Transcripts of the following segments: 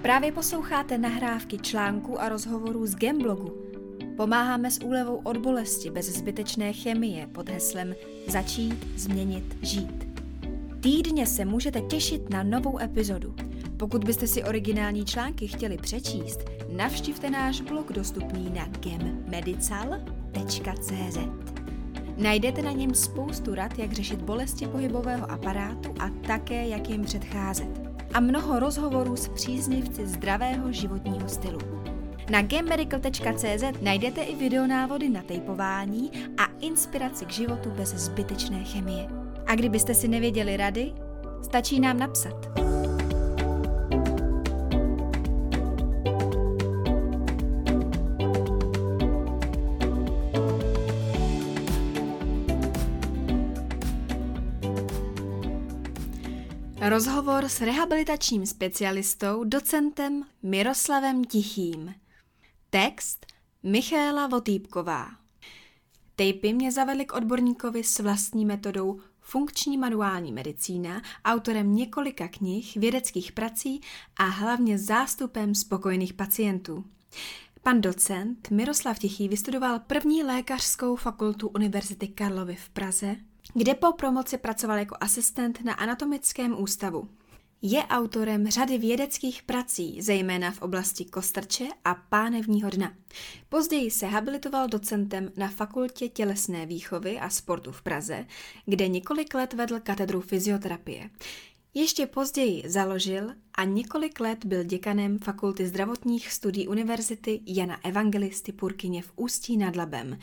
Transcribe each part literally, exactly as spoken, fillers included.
Právě posloucháte nahrávky článků a rozhovorů z Gamblogu. Pomáháme s úlevou od bolesti bez zbytečné chemie pod heslem Začít, změnit, žít. Týdně se můžete těšit na novou epizodu. Pokud byste si originální články chtěli přečíst, navštivte náš blog dostupný na gemmedical tečka cé zet. Najdete na něm spoustu rad, jak řešit bolesti pohybového aparátu a také, jak jim předcházet. A mnoho rozhovorů s příznivci zdravého životního stylu. Na gemmedical tečka cé zet najdete i videonávody na tejpování a inspiraci k životu bez zbytečné chemie. A kdybyste si nevěděli rady, stačí nám napsat. Rozhovor s rehabilitačním specialistou, docentem Miroslavem Tichým. Text Michaela Votýpková. Tejpy mě zavedly k odborníkovi s vlastní metodou funkční manuální medicína, autorem několika knih, vědeckých prací a hlavně zástupem spokojených pacientů. Pan docent Miroslav Tichý vystudoval první lékařskou fakultu Univerzity Karlovy v Praze, kde po promoci pracoval jako asistent na anatomickém ústavu. Je autorem řady vědeckých prací, zejména v oblasti kostrče a pánevního dna. Později se habilitoval docentem na Fakultě tělesné výchovy a sportu v Praze, kde několik let vedl katedru fyzioterapie. Ještě později založil a několik let byl děkanem Fakulty zdravotních studií Univerzity Jana Evangelisty Purkyně v Ústí nad Labem.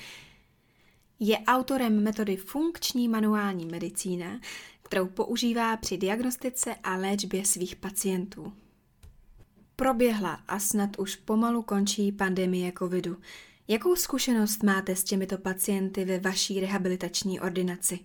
Je autorem metody funkční manuální medicína, kterou používá při diagnostice a léčbě svých pacientů. Proběhla a snad už pomalu končí pandemie covidu. Jakou zkušenost máte s těmito pacienty ve vaší rehabilitační ordinaci?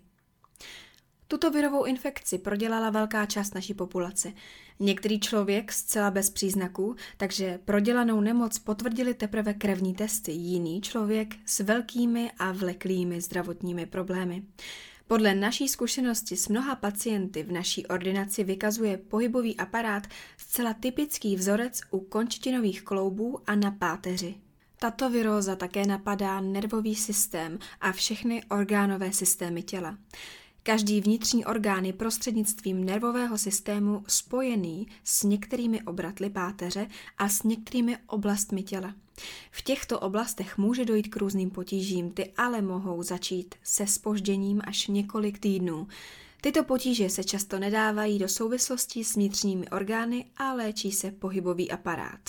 Tuto virovou infekci prodělala velká část naší populace. Některý člověk zcela bez příznaků, takže prodělanou nemoc potvrdili teprve krevní testy, jiný člověk s velkými a vleklými zdravotními problémy. Podle naší zkušenosti s mnoha pacienty v naší ordinaci vykazuje pohybový aparát zcela typický vzorec u končetinových kloubů a na páteři. Tato viróza také napadá nervový systém a všechny orgánové systémy těla. Každý vnitřní orgán je prostřednictvím nervového systému spojený s některými obratly páteře a s některými oblastmi těla. V těchto oblastech může dojít k různým potížím, ty ale mohou začít se zpožděním až několik týdnů. Tyto potíže se často nedávají do souvislostí s vnitřními orgány a léčí se pohybový aparát.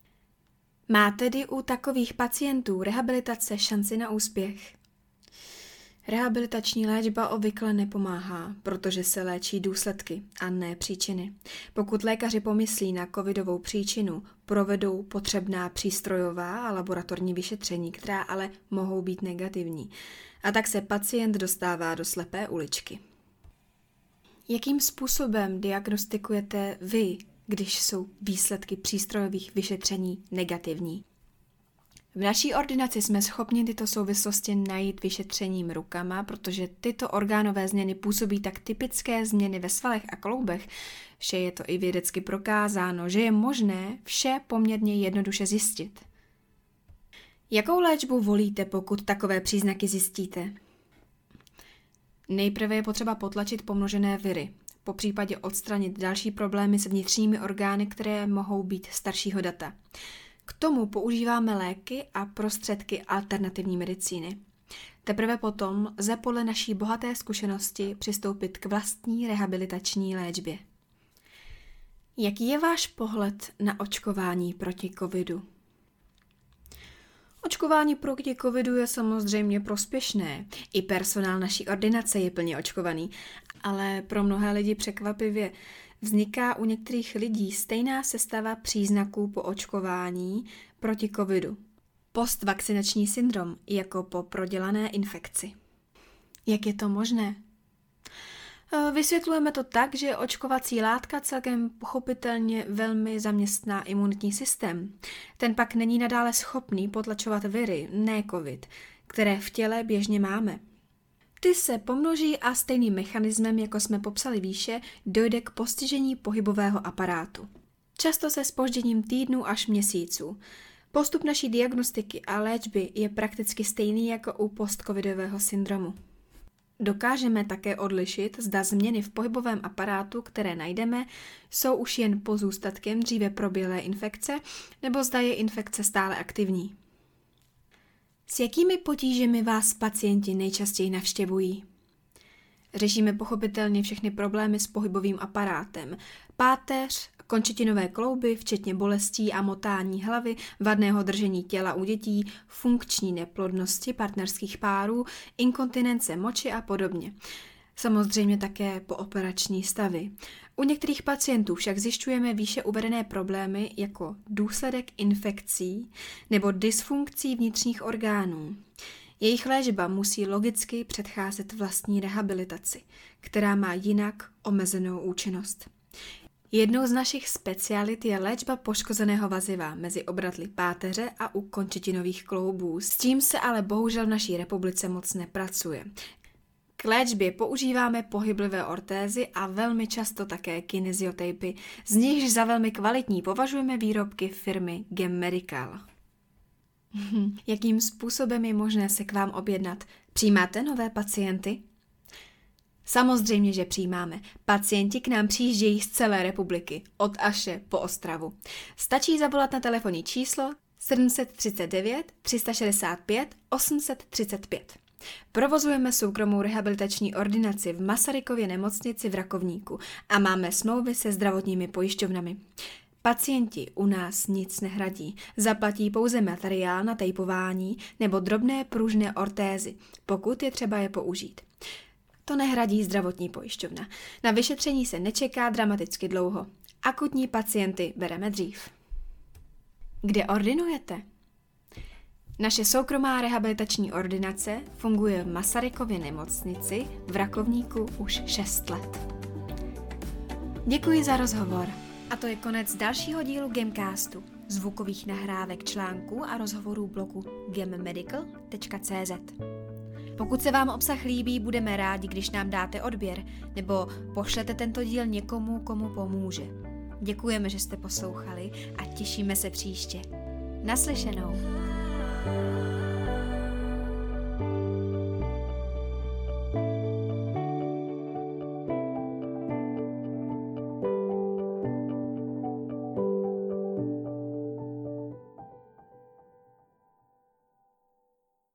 Má tedy u takových pacientů rehabilitace šanci na úspěch? Rehabilitační léčba obvykle nepomáhá, protože se léčí důsledky a ne příčiny. Pokud lékaři pomyslí na covidovou příčinu, provedou potřebná přístrojová a laboratorní vyšetření, která ale mohou být negativní. A tak se pacient dostává do slepé uličky. Jakým způsobem diagnostikujete vy, když jsou výsledky přístrojových vyšetření negativní? V naší ordinaci jsme schopni tyto souvislosti najít vyšetřením rukama, protože tyto orgánové změny působí tak typické změny ve svalech a kloubech, že je to i vědecky prokázáno, že je možné vše poměrně jednoduše zjistit. Jakou léčbu volíte, pokud takové příznaky zjistíte? Nejprve je potřeba potlačit pomnožené viry, popřípadě odstranit další problémy s vnitřními orgány, které mohou být staršího data. K tomu používáme léky a prostředky alternativní medicíny. Teprve potom lze podle naší bohaté zkušenosti přistoupit k vlastní rehabilitační léčbě. Jaký je váš pohled na očkování proti covidu? Očkování proti covidu je samozřejmě prospěšné. I personál naší ordinace je plně očkovaný, ale pro mnohé lidi překvapivě vzniká u některých lidí stejná sestava příznaků po očkování proti covidu. Postvakcinační syndrom jako po prodělané infekci. Jak je to možné? Vysvětlujeme to tak, že očkovací látka celkem pochopitelně velmi zaměstná imunitní systém. Ten pak není nadále schopný potlačovat viry, ne covid, které v těle běžně máme. Ty se pomnoží a stejným mechanismem, jako jsme popsali výše, dojde k postižení pohybového aparátu. často se zpožděním týdnů až měsíců. Postup naší diagnostiky a léčby je prakticky stejný jako u postcovidového syndromu. Dokážeme také odlišit, zda změny v pohybovém aparátu, které najdeme, jsou už jen pozůstatkem dříve proběhlé infekce, nebo zda je infekce stále aktivní. S jakými potížemi vás pacienti nejčastěji navštěvují? Řešíme pochopitelně všechny problémy s pohybovým aparátem, páteř, končetinové klouby, včetně bolestí a motání hlavy, vadného držení těla u dětí, funkční neplodnosti partnerských párů, inkontinence moči a podobně. Samozřejmě také pooperační stavy. U některých pacientů však zjišťujeme výše uvedené problémy jako důsledek infekcí nebo dysfunkcí vnitřních orgánů. Jejich léčba musí logicky předcházet vlastní rehabilitaci, která má jinak omezenou účinnost. Jednou z našich specialit je léčba poškozeného vaziva mezi obratly páteře a u končetinových kloubů. S tím se ale bohužel v naší republice moc nepracuje. K léčbě používáme pohyblivé ortézy a velmi často také kineziotejpy, z nichž za velmi kvalitní považujeme výrobky firmy Gem Medical. Jakým způsobem je možné se k vám objednat? Přijímáte nové pacienty? Samozřejmě, že přijímáme. Pacienti k nám přijíždějí z celé republiky, od Aše po Ostravu. Stačí zavolat na telefonní číslo sedm tři devět, tři šest pět, osm tři pět. Provozujeme soukromou rehabilitační ordinaci v Masarykově nemocnici v Rakovníku a máme smlouvy se zdravotními pojišťovnami. Pacienti u nás nic nehradí, zaplatí pouze materiál na tejpování nebo drobné pružné ortézy, pokud je třeba je použít. To nehradí zdravotní pojišťovna. Na vyšetření se nečeká dramaticky dlouho. Akutní pacienty bereme dřív. Kde ordinujete? Naše soukromá rehabilitační ordinace funguje v Masarykově nemocnici v Rakovníku už šest let. Děkuji za rozhovor. A to je konec dalšího dílu Gemcastu, zvukových nahrávek článků a rozhovorů blogu gemmedical tečka cé zet. Pokud se vám obsah líbí, budeme rádi, když nám dáte odběr nebo pošlete tento díl někomu, komu pomůže. Děkujeme, že jste poslouchali a těšíme se příště. Naslyšenou.